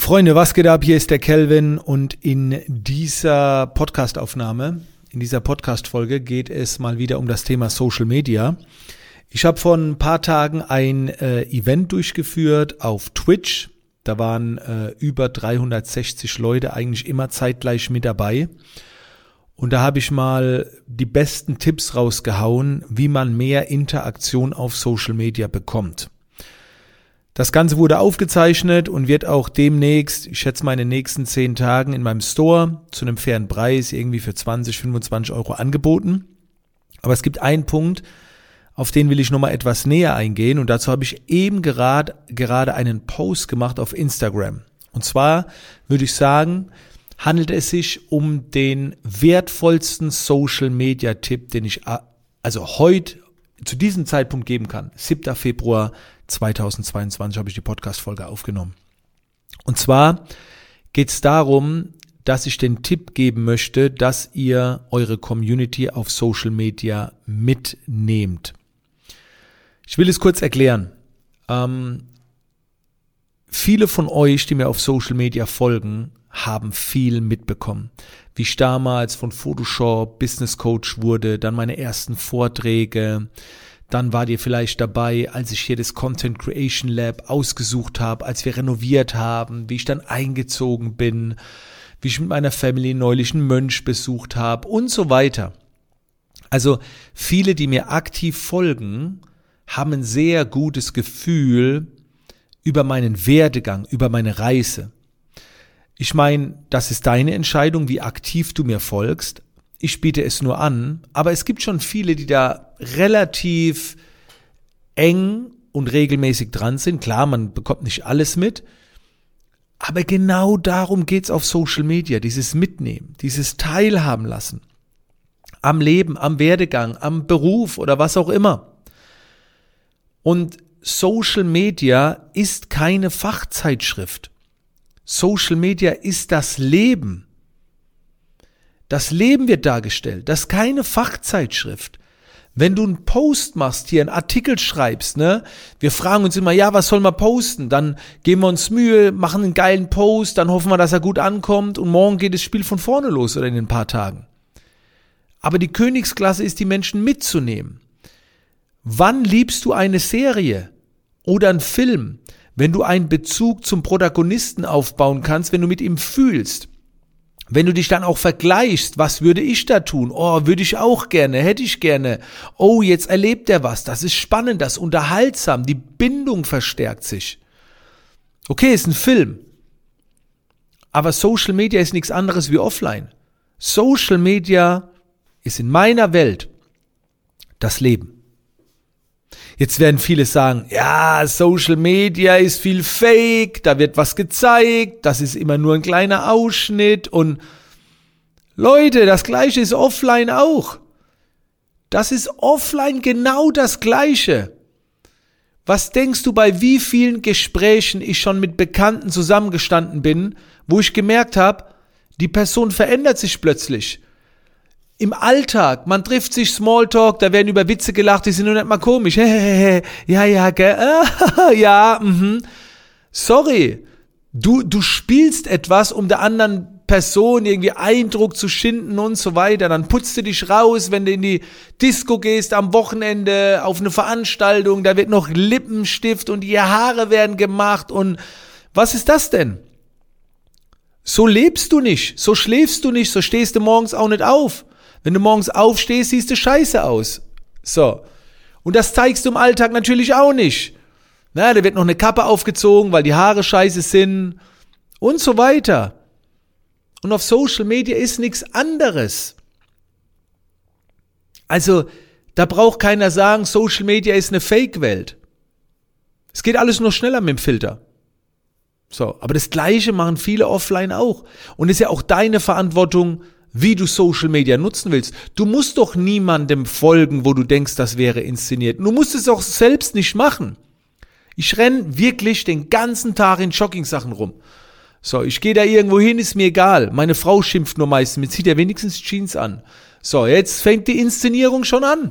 Freunde, was geht ab? Hier ist der Kelvin und in dieser Podcast-Folge geht es mal wieder um das Thema Social Media. Ich habe vor ein paar Tagen ein Event durchgeführt auf Twitch. Da waren über 360 Leute eigentlich immer zeitgleich mit dabei. Und da habe ich mal die besten Tipps rausgehauen, wie man mehr Interaktion auf Social Media bekommt. Das Ganze wurde aufgezeichnet und wird auch demnächst, ich schätze mal in den nächsten 10 Tagen in meinem Store zu einem fairen Preis irgendwie für 20, 25 Euro angeboten. Aber es gibt einen Punkt, auf den will ich nochmal etwas näher eingehen und dazu habe ich eben gerade einen Post gemacht auf Instagram. Und zwar würde ich sagen, handelt es sich um den wertvollsten Social-Media-Tipp, den ich heute zu diesem Zeitpunkt geben kann. 7. Februar 2022 habe ich die Podcast-Folge aufgenommen. Und zwar geht es darum, dass ich den Tipp geben möchte, dass ihr eure Community auf Social Media mitnehmt. Ich will es kurz erklären. Viele von euch, die mir auf Social Media folgen, haben viel mitbekommen. Wie ich damals von Photoshop Business Coach wurde, dann meine ersten Vorträge. Dann wart ihr vielleicht dabei, als ich hier das Content Creation Lab ausgesucht habe, als wir renoviert haben, wie ich dann eingezogen bin, wie ich mit meiner Family neulich einen Mönch besucht habe und so weiter. Also viele, die mir aktiv folgen, haben ein sehr gutes Gefühl über meinen Werdegang, über meine Reise. Ich meine, das ist deine Entscheidung, wie aktiv du mir folgst. Ich biete es nur an, aber es gibt schon viele, die da relativ eng und regelmäßig dran sind. Klar, man bekommt nicht alles mit, aber genau darum geht's auf Social Media, dieses Mitnehmen, dieses Teilhaben lassen. Am Leben, am Werdegang, am Beruf oder was auch immer. Und Social Media ist keine Fachzeitschrift. Social Media ist das Leben. Das Leben wird dargestellt. Das ist keine Fachzeitschrift. Wenn du einen Post machst, hier einen Artikel schreibst, ne? Wir fragen uns immer, ja, was soll man posten? Dann geben wir uns Mühe, machen einen geilen Post, dann hoffen wir, dass er gut ankommt und morgen geht das Spiel von vorne los oder in ein paar Tagen. Aber die Königsklasse ist, die Menschen mitzunehmen. Wann liebst du eine Serie oder einen Film? Wenn du einen Bezug zum Protagonisten aufbauen kannst, wenn du mit ihm fühlst. Wenn du dich dann auch vergleichst, was würde ich da tun? Oh, würde ich auch gerne, hätte ich gerne. Oh, jetzt erlebt er was. Das ist spannend, das ist unterhaltsam. Die Bindung verstärkt sich. Okay, ist ein Film. Aber Social Media ist nichts anderes wie offline. Social Media ist in meiner Welt das Leben. Jetzt werden viele sagen, ja, Social Media ist viel Fake, da wird was gezeigt, das ist immer nur ein kleiner Ausschnitt und Leute, das Gleiche ist offline auch. Das ist offline genau das Gleiche. Was denkst du, bei wie vielen Gesprächen ich schon mit Bekannten zusammengestanden bin, wo ich gemerkt habe, die Person verändert sich plötzlich. Im Alltag, man trifft sich, Smalltalk, da werden über Witze gelacht, die sind nur nicht mal komisch. Ja, gell? Ja, Sorry, du spielst etwas, um der anderen Person irgendwie Eindruck zu schinden und so weiter. Dann putzt du dich raus, wenn du in die Disco gehst am Wochenende, auf eine Veranstaltung, da wird noch Lippenstift und die Haare werden gemacht und was ist das denn? So lebst du nicht, so schläfst du nicht, so stehst du morgens auch nicht auf. Wenn du morgens aufstehst, siehst du scheiße aus. So. Und das zeigst du im Alltag natürlich auch nicht. Na, da wird noch eine Kappe aufgezogen, weil die Haare scheiße sind und so weiter. Und auf Social Media ist nichts anderes. Also, da braucht keiner sagen, Social Media ist eine Fake-Welt. Es geht alles nur schneller mit dem Filter. So, aber das Gleiche machen viele offline auch. Und ist ja auch deine Verantwortung, wie du Social Media nutzen willst. Du musst doch niemandem folgen, wo du denkst, das wäre inszeniert. Du musst es auch selbst nicht machen. Ich renne wirklich den ganzen Tag in Joggingsachen rum. So, ich gehe da irgendwo hin, ist mir egal. Meine Frau schimpft nur meistens, mir zieht ja wenigstens Jeans an. So, jetzt fängt die Inszenierung schon an.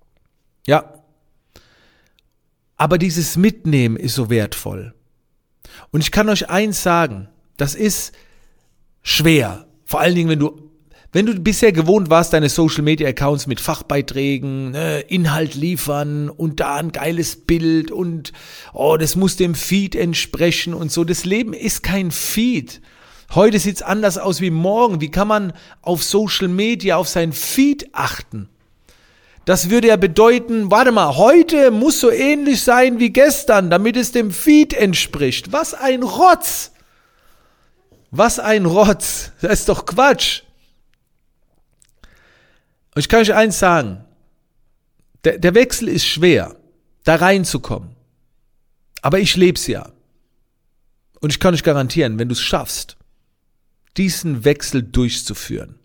Ja. Aber dieses Mitnehmen ist so wertvoll. Und ich kann euch eins sagen, das ist schwer. Vor allen Dingen, wenn du bisher gewohnt warst, deine Social-Media-Accounts mit Fachbeiträgen, Inhalt liefern und da ein geiles Bild und das muss dem Feed entsprechen und so. Das Leben ist kein Feed. Heute sieht's anders aus wie morgen. Wie kann man auf Social Media, auf sein Feed achten? Das würde ja bedeuten, warte mal, heute muss so ähnlich sein wie gestern, damit es dem Feed entspricht. Was ein Rotz! Was ein Rotz! Das ist doch Quatsch! Und ich kann euch eins sagen, der Wechsel ist schwer, da reinzukommen. Aber ich lebe es ja. Und ich kann euch garantieren, wenn du es schaffst, diesen Wechsel durchzuführen,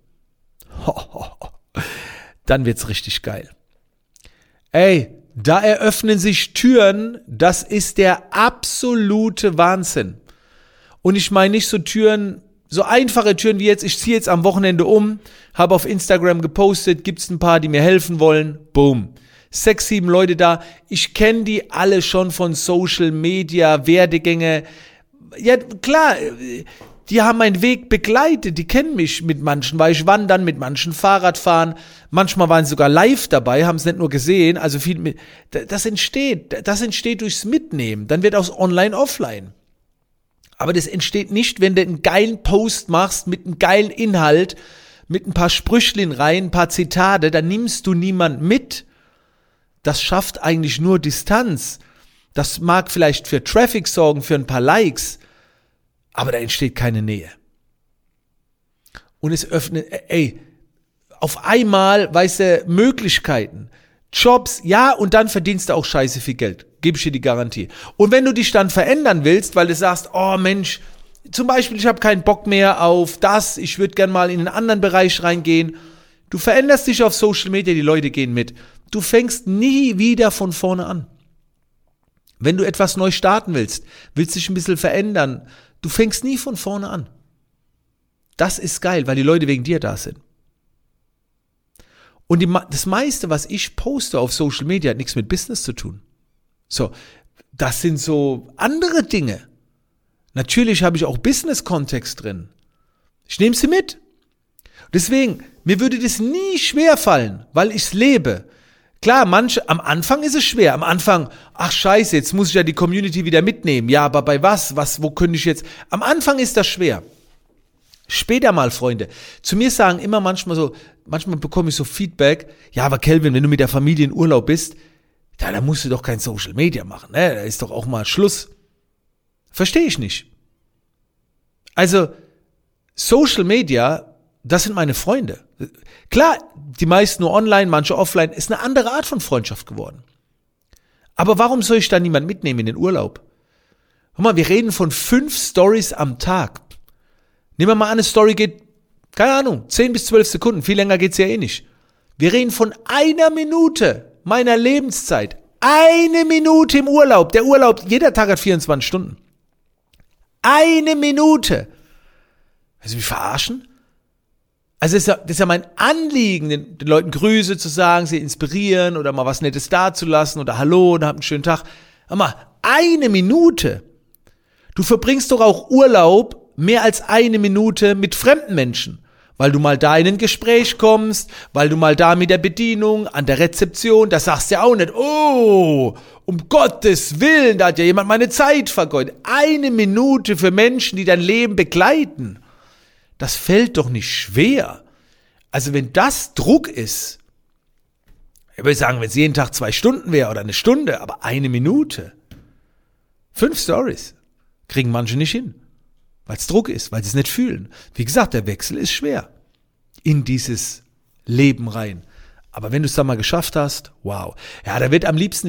dann wird's richtig geil. Ey, da eröffnen sich Türen, das ist der absolute Wahnsinn. Und ich meine nicht so Türen, so einfache Türen wie jetzt, ich ziehe jetzt am Wochenende um, habe auf Instagram gepostet, gibt's ein paar, die mir helfen wollen, boom. 6, 7 Leute da, ich kenne die alle schon von Social Media, Werdegänge. Ja, klar, die haben meinen Weg begleitet, die kennen mich. Mit manchen war ich wandern, mit manchen Fahrradfahren, manchmal waren sie sogar live dabei, haben es nicht nur gesehen, also viel das entsteht durchs Mitnehmen, dann wird aus online offline. Aber das entsteht nicht, wenn du einen geilen Post machst mit einem geilen Inhalt, mit ein paar Sprüchlin rein, ein paar Zitate, dann nimmst du niemand mit. Das schafft eigentlich nur Distanz. Das mag vielleicht für Traffic sorgen, für ein paar Likes, aber da entsteht keine Nähe. Und es öffnet, auf einmal, weißt du, Möglichkeiten, Jobs, ja, und dann verdienst du auch scheiße viel Geld. Gebe ich dir die Garantie. Und wenn du dich dann verändern willst, weil du sagst, oh Mensch, zum Beispiel, ich habe keinen Bock mehr auf das, ich würde gern mal in einen anderen Bereich reingehen. Du veränderst dich auf Social Media, die Leute gehen mit. Du fängst nie wieder von vorne an. Wenn du etwas neu starten willst dich ein bisschen verändern, du fängst nie von vorne an. Das ist geil, weil die Leute wegen dir da sind. Und das meiste, was ich poste auf Social Media, hat nichts mit Business zu tun. So, das sind so andere Dinge. Natürlich habe ich auch Business-Kontext drin. Ich nehme sie mit. Deswegen, mir würde das nie schwer fallen, weil ich es lebe. Klar, am Anfang ist es schwer. Am Anfang, ach scheiße, jetzt muss ich ja die Community wieder mitnehmen. Ja, aber bei was? Wo könnte ich jetzt? Am Anfang ist das schwer. Später mal, Freunde. Zu mir sagen immer manchmal bekomme ich so Feedback, ja, aber Kelvin, wenn du mit der Familie in Urlaub bist, ja, dann musst du doch kein Social Media machen, ne? Da ist doch auch mal Schluss. Verstehe ich nicht. Also, Social Media, das sind meine Freunde. Klar, die meisten nur online, manche offline, ist eine andere Art von Freundschaft geworden. Aber warum soll ich da niemand mitnehmen in den Urlaub? Guck mal, wir reden von 5 Stories am Tag. Nehmen wir mal an, eine Story geht, keine Ahnung, 10 bis 12 Sekunden, viel länger geht's ja eh nicht. Wir reden von 1 Minute meiner Lebenszeit. 1 Minute im Urlaub. Der Urlaub, jeder Tag hat 24 Stunden. 1 Minute. Also mich verarschen? Also das ist ja mein Anliegen, den Leuten Grüße zu sagen, sie inspirieren oder mal was Nettes dazulassen oder Hallo und habt einen schönen Tag. Aber 1 Minute. Du verbringst doch auch Urlaub mehr als 1 Minute mit fremden Menschen, weil du mal da in ein Gespräch kommst, weil du mal da mit der Bedienung, an der Rezeption, das sagst du ja auch nicht, oh, um Gottes Willen, da hat ja jemand meine Zeit vergeudet. 1 Minute für Menschen, die dein Leben begleiten. Das fällt doch nicht schwer. Also wenn das Druck ist, ich würde sagen, wenn es jeden Tag 2 Stunden wäre oder 1 Stunde, aber 1 Minute, 5 Stories, kriegen manche nicht hin. Weil es Druck ist, weil sie es nicht fühlen. Wie gesagt, der Wechsel ist schwer in dieses Leben rein. Aber wenn du es dann mal geschafft hast, wow. Ja, da wird am liebsten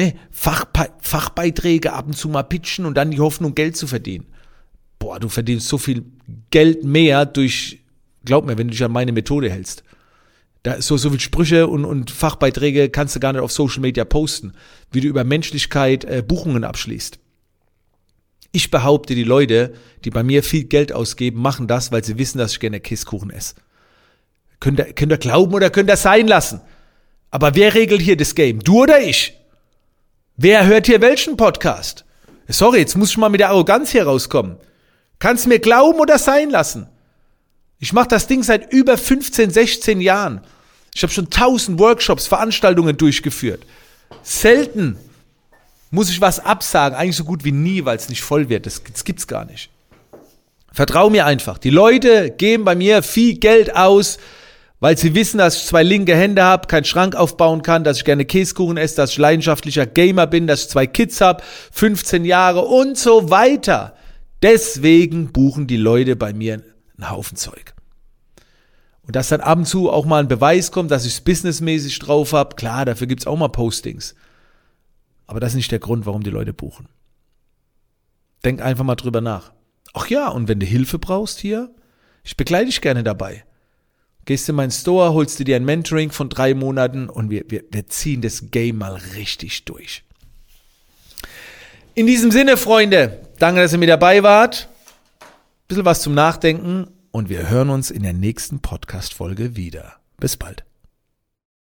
Fachbeiträge ab und zu mal pitchen und dann die Hoffnung, Geld zu verdienen. Boah, du verdienst so viel Geld mehr glaub mir, wenn du dich an meine Methode hältst. Da ist so viel Sprüche und Fachbeiträge kannst du gar nicht auf Social Media posten, wie du über Menschlichkeit Buchungen abschließt. Ich behaupte, die Leute, die bei mir viel Geld ausgeben, machen das, weil sie wissen, dass ich gerne Käsekuchen esse. Könnt ihr glauben oder könnt ihr sein lassen. Aber wer regelt hier das Game? Du oder ich? Wer hört hier welchen Podcast? Sorry, jetzt muss ich mal mit der Arroganz hier rauskommen. Kannst mir glauben oder sein lassen. Ich mache das Ding seit über 15, 16 Jahren. Ich habe schon 1000 Workshops, Veranstaltungen durchgeführt. Selten muss ich was absagen, eigentlich so gut wie nie, weil es nicht voll wird. Das gibt's gar nicht. Vertrau mir einfach. Die Leute geben bei mir viel Geld aus, weil sie wissen, dass ich 2 linke Hände habe, keinen Schrank aufbauen kann, dass ich gerne Käsekuchen esse, dass ich leidenschaftlicher Gamer bin, dass ich 2 Kids habe, 15 Jahre und so weiter. Deswegen buchen die Leute bei mir einen Haufen Zeug. Und dass dann ab und zu auch mal ein Beweis kommt, dass ich es businessmäßig drauf habe, klar, dafür gibt's auch mal Postings. Aber das ist nicht der Grund, warum die Leute buchen. Denk einfach mal drüber nach. Ach ja, und wenn du Hilfe brauchst hier, ich begleite dich gerne dabei. Gehst in meinen Store, holst du dir ein Mentoring von 3 Monaten und wir ziehen das Game mal richtig durch. In diesem Sinne, Freunde, danke, dass ihr mit dabei wart. Bisschen was zum Nachdenken und wir hören uns in der nächsten Podcast-Folge wieder. Bis bald.